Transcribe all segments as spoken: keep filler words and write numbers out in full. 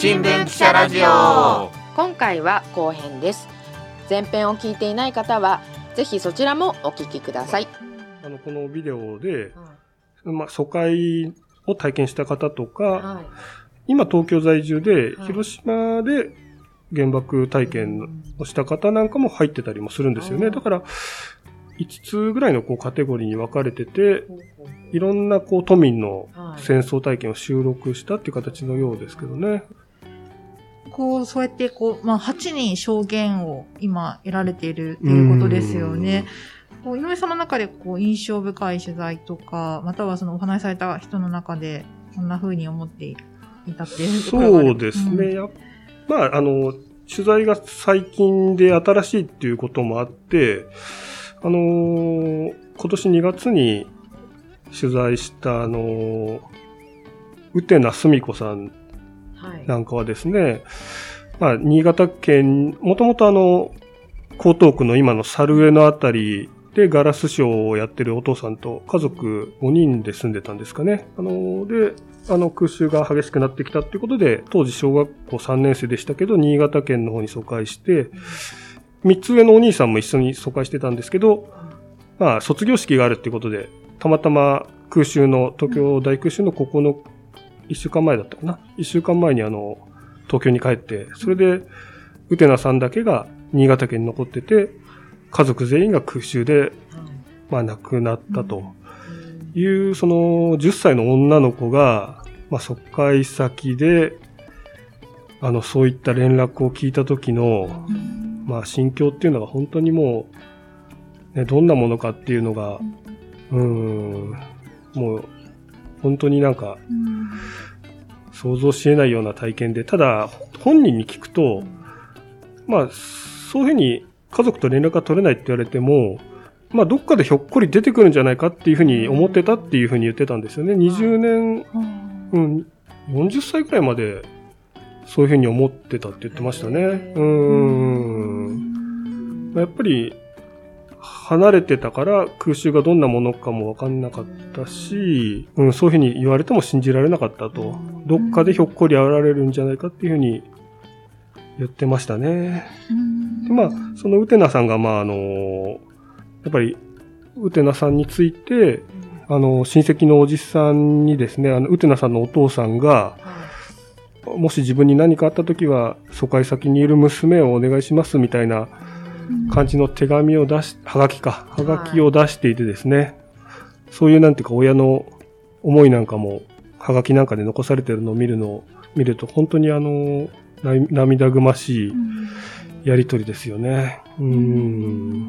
新聞記者ラジオ。 今回は後編です。前編を聞いていない方はぜひそちらもお聞きください。 あのこのビデオで、はい、まあ、疎開を体験した方とか、はい、今東京在住で、はい、広島で原爆体験をした方なんかも入ってたりもするんですよね。だからいつつぐらいのこうカテゴリーに分かれてて、いろんなこう都民の戦争体験を収録したっていう形のようですけどね。 こう、そうやってこう、まあ、はちにん証言を今得られているっていうことですよね。こう井上さんの中でこう印象深い取材とか、またはそのお話しされた人の中でこんな風に思っていたっていうところがある。 そうですね。うん、まあ、あの、取材が最近で新しいっていうこともあって、あのー、今年にがつに取材したあのー、宇手名澄子さんなんかはですね、はい、まあ、新潟県、もともとあの、江東区の今の猿上のあたりでガラスショーをやってるお父さんと家族ごにんで住んでたんですかね。あの、で、あの空襲が激しくなってきたっていうことで、当時小学校さんねん生でしたけど、新潟県の方に疎開して、みっつ上のお兄さんも一緒に疎開してたんですけど、まあ、卒業式があるっていうことで、たまたま空襲の、東京大空襲のここのいっしゅうかんまえだったかな。いっしゅうかんまえにあの、東京に帰って、それで、宇手名さんだけが新潟県に残ってて、家族全員が空襲で、まあ亡くなったという、そのじゅっさいの女の子が、まあ疎開先で、あの、そういった連絡を聞いた時の、まあ心境っていうのが本当にもう、ね、どんなものかっていうのが、うーん、もう、本当になんか、想像し得ないような体験で、ただ、本人に聞くと、まあ、そういうふうに家族と連絡が取れないって言われても、まあ、どっかでひょっこり出てくるんじゃないかっていうふうに思ってたっていうふうに言ってたんですよね。にじゅうねん、うん、よんじゅっさいくらいまでそういうふうに思ってたって言ってましたね。うーん。やっぱり、離れてたから空襲がどんなものかも分かんなかったし、うん、そういうふうに言われても信じられなかったと。どっかでひょっこり現れるんじゃないかっていうふうに言ってましたね。でまあ、その宇手名さんが、まあ、あの、やっぱり、宇手名さんについて、あの、親戚のおじさんにですね、あの、宇手名さんのお父さんが、もし自分に何かあった時は、疎開先にいる娘をお願いしますみたいな感じの手紙を出し、はがきか、はがきを出していてですね、はい、そういうなんていうか親の思いなんかも、はがきなんかで残されてるのを見るのを見ると、本当にあの、涙ぐましいやりとりですよね。うん。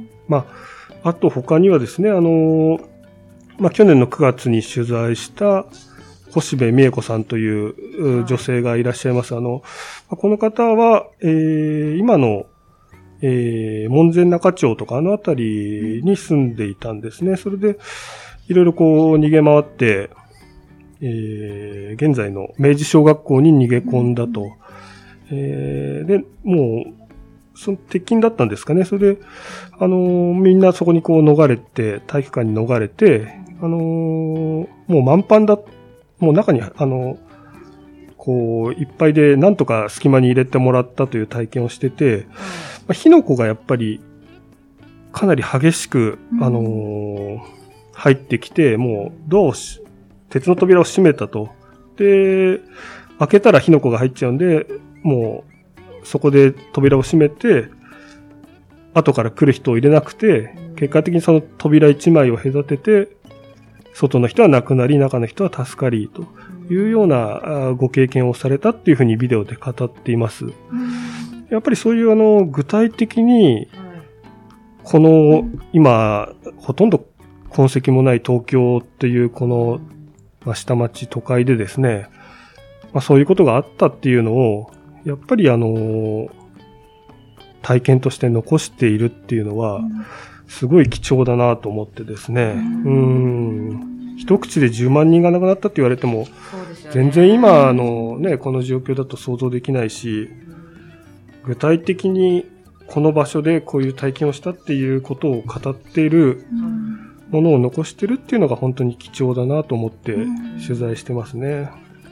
まあ、あと他にはですね、あの、まあ去年のくがつに取材した星部美恵子さんという女性がいらっしゃいます。あの、この方は、えー、今のえー、門前仲町とかあの辺りに住んでいたんですね。それで、いろいろこう逃げ回って、えー、現在の明治小学校に逃げ込んだと。えー、で、もう、その鉄筋だったんですかね。それで、あのー、みんなそこにこう逃れて、体育館に逃れて、あのー、もう満帆だ、もう中に、あのー、こう、いっぱいでなんとか隙間に入れてもらったという体験をしてて、まあ、火の粉がやっぱりかなり激しく、あのー、入ってきて、もうドアをし、鉄の扉を閉めたと。で、開けたら火の粉が入っちゃうんで、もうそこで扉を閉めて、後から来る人を入れなくて、結果的にその扉一枚を隔てて、外の人は亡くなり、中の人は助かり、というようなご経験をされたっていうふうにビデオで語っています。やっぱりそういうあの具体的にこの今ほとんど痕跡もない東京っていうこの下町都会でですね、まあ、そういうことがあったっていうのをやっぱりあの体験として残しているっていうのはすごい貴重だなと思ってですね。うーん、一口でじゅうまんにんが亡くなったって言われても全然今のねこの状況だと想像できないし、具体的にこの場所でこういう体験をしたっていうことを語っているものを残してるっていうのが本当に貴重だなと思って取材してますね。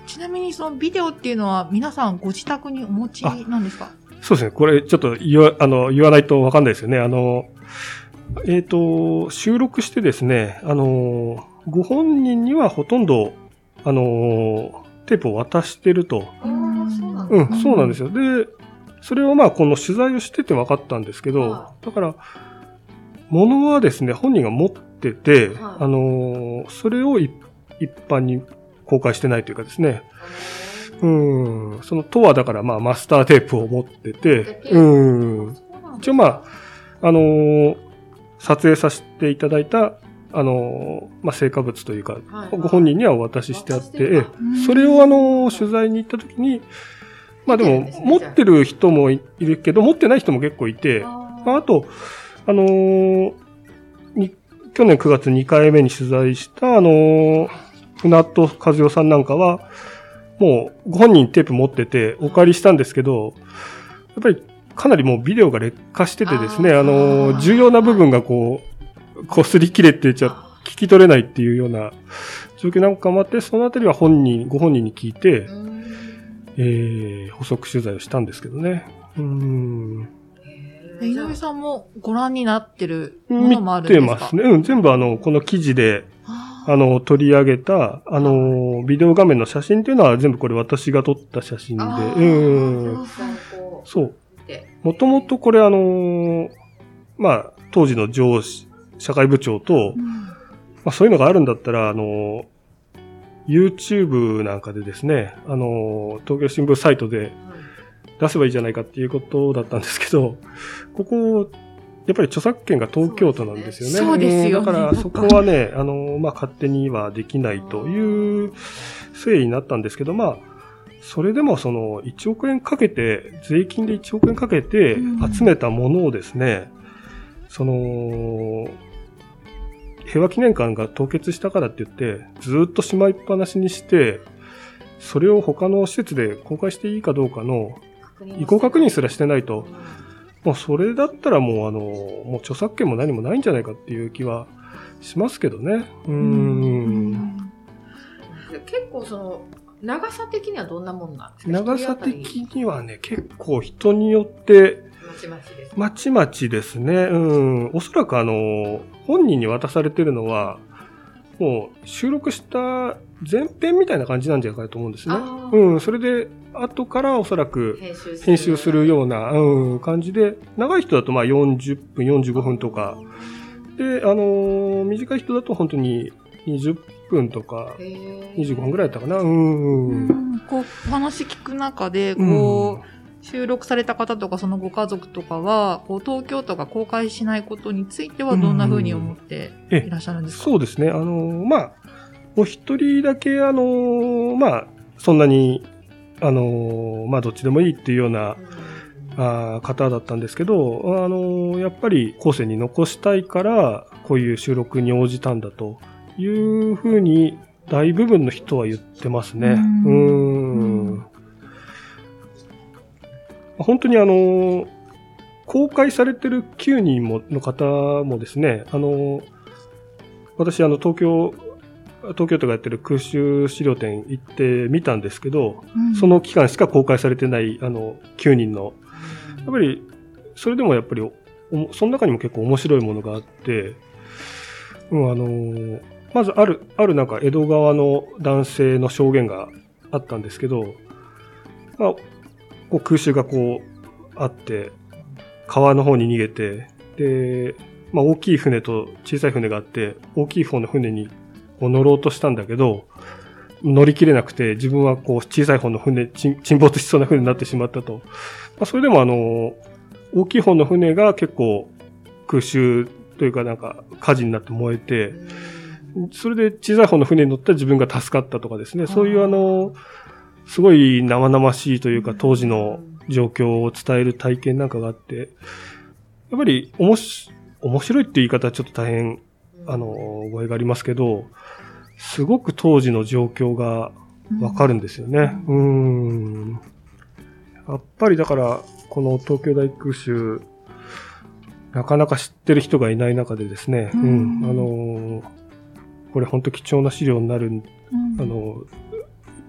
ちなみにそのビデオっていうのは皆さんご自宅にお持ちなんですか？ そうですね。これちょっと言わ、あの、言わないとわかんないですよね。あの、えっと、収録してですね、あの、ご本人にはほとんど、あの、テープを渡してると。 ああ、そうなんうですね。 ん、そうなんですよ。で、それをまあ、この取材をしてて分かったんですけど、 はだから、物はですね、本人が持ってて、 はいあの、それを一一般に公開してないというかですね、うん、そのとはだからまあマスターテープを持ってて、うん、一応まあ、あのー撮影させていただいた、あのーまあ、成果物というか、 はいご本人にはお渡ししてあって、 渡してるええそれをあのー取材に行った時に、まあでも、 見てるんですね持ってる人もいるけど、持ってない人も結構いて、 あまあ、あと、あのーに去年くがつにかいめに取材した、あのー船戸和代さんなんかは、もうご本人テープ持っててお借りしたんですけど、やっぱりかなりもうビデオが劣化しててですね、 あーあのー重要な部分がこう、こすり切れてちゃ聞き取れないっていうような状況なんかもあって、そのあたりは本人、ご本人に聞いて、 ーうんえー、補足取材をしたんですけどね。うーん。 で井上さんもご覧になってるも見のもあるんですか？ てますね。うん、全部あの、この記事で、 ああの、取り上げた、あの、ビデオ画面の写真っていうのは全部これ私が撮った写真で、 あうーん。 そうこうそう。 見てもともとこれあの、まあ、当時の上司、社会部長と、 うんまあそういうのがあるんだったら、あの、YouTube なんかでですね、あの、東京新聞サイトで出せばいいじゃないかっていうことだったんですけど、ここ、やっぱり著作権が東京都なんですよね。 そうですよねんだからそこはね、あの、まあ、勝手にはできないという経緯になったんですけど、まあ、それでもそのいちおくえんかけて、税金でいちおくえんかけて集めたものをですね、その、平和記念館が凍結したからって言って、ずっとしまいっぱなしにして、それを他の施設で公開していいかどうかの意向確認すらしてないと、もうそれだったらもうあの、もう著作権も何もないんじゃないかっていう気はしますけどね。うーん。 結構その長さ的にはどんなもんなんですか？ 長さ的にはね、結構人によってまちまちです。 まちまちですね。うん。おそらくあの、本人に渡されてるのは、もう収録した前編みたいな感じなんじゃないかと思うんですね。 あーうん。それで、後からおそらく編集する編集するような、うん、感じで、長い人だとまあよんじゅっぷん、よんじゅうごふんとか、で、あのー短い人だと本当ににじゅっぷんとか、 へーにじゅうごふんぐらいだったかな。うんうんううん。 んこう、お話聞く中で、こう、収録された方とかそのご家族とかは、こう、東京都が公開しないことについてはどんな風に思っていらっしゃるんですか？ そうですね。あのーまあ、お一人だけ、あのーまあ、そんなに、あのーまあ、どっちでもいいっていうような、あー方だったんですけど、あのーやっぱり後世に残したいから、こういう収録に応じたんだというふうに、大部分の人は言ってますね。 うんうーん。本当にあのー公開されてるきゅうにんもの方もですね、あのー私、あの、東京、東京都がやってる空襲資料展行ってみたんですけど、 うんその期間しか公開されてない、あの、きゅうにんの、やっぱり、それでもやっぱり、おその中にも結構面白いものがあって、うん、あのーまずある、あるなんか江戸川の男性の証言があったんですけど、まあ、こう空襲がこうあって、川の方に逃げて、で、まあ大きい船と小さい船があって、大きい方の船にこう乗ろうとしたんだけど、乗り切れなくて、自分はこう小さい方の船、沈沈没しそうな船になってしまったと。まあそれでもあの、大きい方の船が結構空襲というかなんか火事になって燃えて、それで小さい方の船に乗った自分が助かったとかですね、そういうあの、すごい生々しいというか当時の状況を伝える体験なんかがあって、やっぱりおもし面白いっていう言い方はちょっと大変、あの、語彙がありますけど、すごく当時の状況がわかるんですよね。うーん。やっぱりだから、この東京大空襲、なかなか知ってる人がいない中でですね、 ううんん、あの、これ本当貴重な資料になる、 うんあの、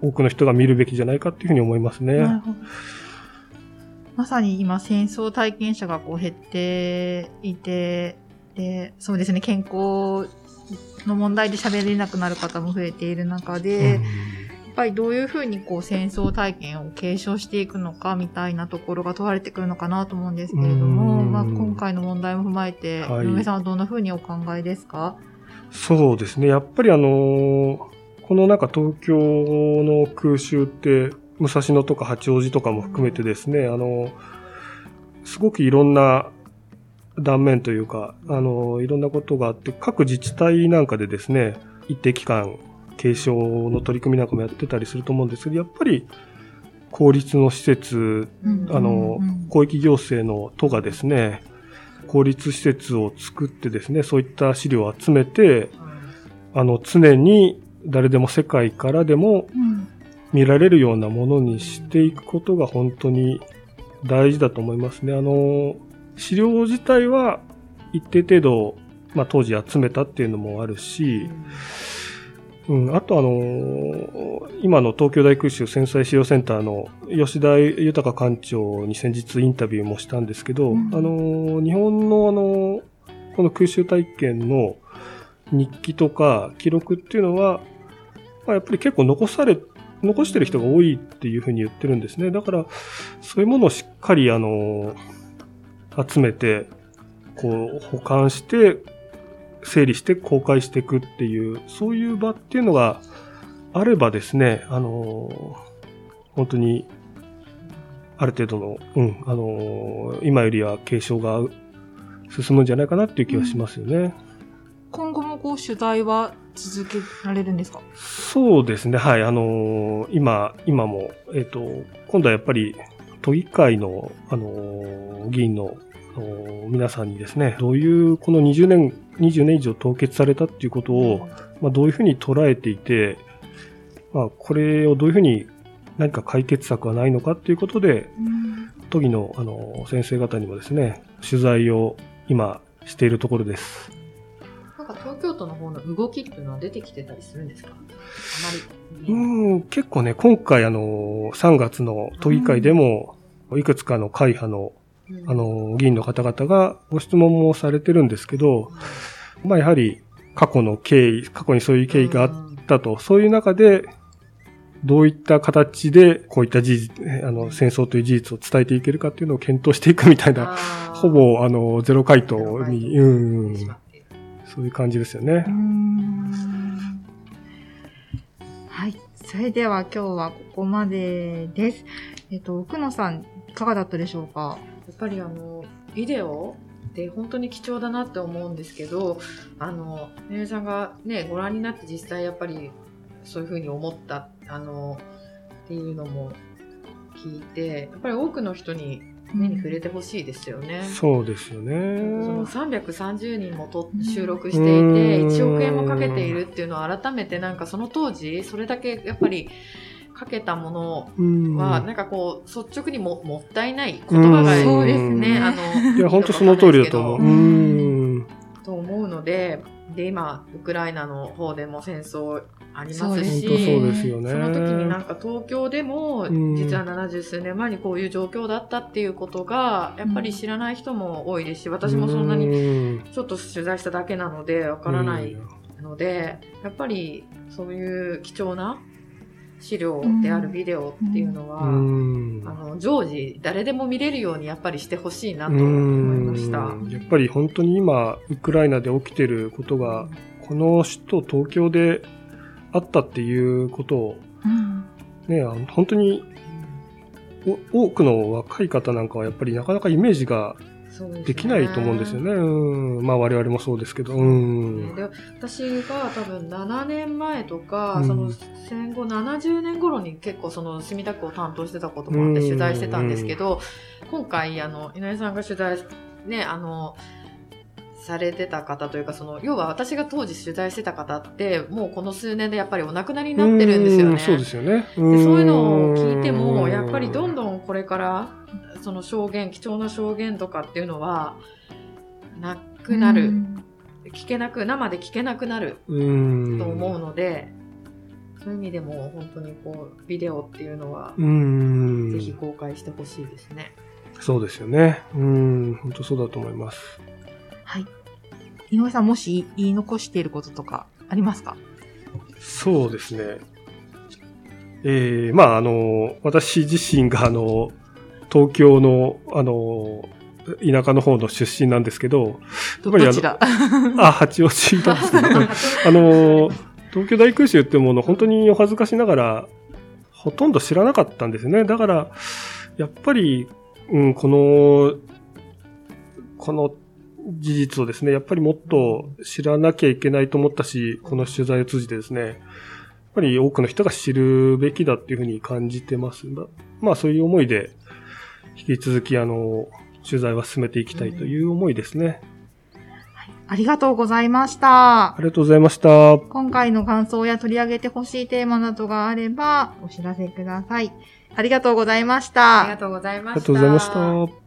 多くの人が見るべきじゃないかっていうふうに思いますね。 なるほど。まさに今戦争体験者がこう減っていて、で、そうですね、健康の問題で喋れなくなる方も増えている中で、うん、やっぱりどういうふうにこう戦争体験を継承していくのかみたいなところが問われてくるのかなと思うんですけれども、まあ、今回の問題も踏まえて、はい、井上さんはどんなふうにお考えですか？ そうですね。やっぱりあの、このなんか東京の空襲って、武蔵野とか八王子とかも含めてですね、あの、すごくいろんな断面というか、あの、いろんなことがあって、各自治体なんかでですね、一定期間、継承の取り組みなんかもやってたりすると思うんですけど、やっぱり公立の施設、あの、広域行政の都がですね、公立施設を作ってですね、そういった資料を集めて、あの、常に誰でも世界からでも見られるようなものにしていくことが本当に大事だと思いますね。あの、資料自体は一定程度、まあ当時集めたっていうのもあるし、うん、あとあの、今の東京大空襲戦災資料センターの吉田豊館長に先日インタビューもしたんですけど、うん、あの、日本のあの、この空襲体験の日記とか記録っていうのは、まあ、やっぱり結構残され、残してる人が多いっていうふうに言ってるんですね。だから、そういうものをしっかりあの、集めて、こう、保管して、整理して公開していくっていう、そういう場っていうのがあればですね、あの、本当に、ある程度の、うん、あの、今よりは継承が進むんじゃないかなっていう気はしますよね。うん、 今後もこう取材は続けられるんですか？ そうですね、はい。あの、今、今も、えっと、今度はやっぱり都議会の、あの、議員の皆さんにですね、どういうこのにじゅうねん、にじゅうねん以上凍結されたっていうことを、まあ、どういうふうに捉えていて、まあ、これをどういうふうに何か解決策はないのかっていうことで、うん、都議のあの先生方にもですね、取材を今しているところです。 なんか東京都の方の動きっていうのは出てきてたりするんですか？あまり。うん、結構ね、今回あのさんがつの都議会でも、いくつかの会派のあの、議員の方々がご質問もされてるんですけど、まあやはり過去の経緯、過去にそういう経緯があったと、そういう中で、どういった形でこういった事実、あの、戦争という事実を伝えていけるかっていうのを検討していくみたいな、ほぼあの、ゼロ回答に、うん、そういう感じですよね。 はい。それでは今日はここまでです。えっと、奥野さん、いかがだったでしょうか？ やっぱりあのビデオって本当に貴重だなって思うんですけど、あの井上さんがねご覧になって実際やっぱりそういう風に思ったあのっていうのも聞いて、やっぱり多くの人に目に触れてほしいですよね。 そうですよね。 そのさんびゃくさんじゅうにんもと収録していていちおくえんもかけているっていうのを改めてなんかその当時それだけやっぱりかけたものはなんかこう率直に も, もったいない言葉がそうですね。あのいや本当その通りだと思う。うーんと思うので、で今ウクライナの方でも戦争ありますし、 そうですよね。 その時になんか東京でも実はななじゅうすうねんまえにこういう状況だったっていうことがやっぱり知らない人も多いですし、私もそんなにちょっと取材しただけなのでわからないので、やっぱりそういう貴重な資料であるビデオっていうのは、うん、あの常時誰でも見れるようにやっぱりしてほしいなと思いました。 やっぱり本当に今ウクライナで起きてることがこの首都東京であったっていうことを、うん、ね、あの本当に多くの若い方なんかはやっぱりなかなかイメージができないと思うんですよね。うん、まあ我々もそうですけど。うん、 で私が多分ななねんまえとか、うん、その戦後ななじゅうねん頃に結構その墨田区を担当してたこともあって取材してたんですけど、うん、今回あの井上さんが取材ねあのされてた方というか、その要は私が当時取材してた方ってもうこの数年でやっぱりお亡くなりになってるんですよね。 そうですよね。 でそういうのを聞いてもやっぱりどんどんこれからその証言、貴重な証言とかっていうのはなくなる、聞けなく生で聞けなくなると思うので、 そういう意味でも本当にこうビデオっていうのはうーん。 ぜひ公開してほしいですね。 そうですよね。うーん、本当そうだと思います。 はい。井上さん、もし言い残していることとかありますか？ そうですね。えー、まあ、あの、私自身が、あの、東京の、あの、田舎の方の出身なんですけど、やっぱりあどちらの、あ、八王子なんですけど、あの、東京大空襲っていうものを本当にお恥ずかしながら、ほとんど知らなかったんですね。だから、やっぱり、うん、この、この事実をですね、やっぱりもっと知らなきゃいけないと思ったし、この取材を通じてですね、やっぱり多くの人が知るべきだっていうふうに感じてます。まあそういう思いで、引き続きあの、取材は進めていきたいという思いですね。 はい、ありがとうございました。 ありがとうございました。 今回の感想や取り上げてほしいテーマなどがあればお知らせください。ありがとうございました。 ありがとうございました。 ありがとうございました。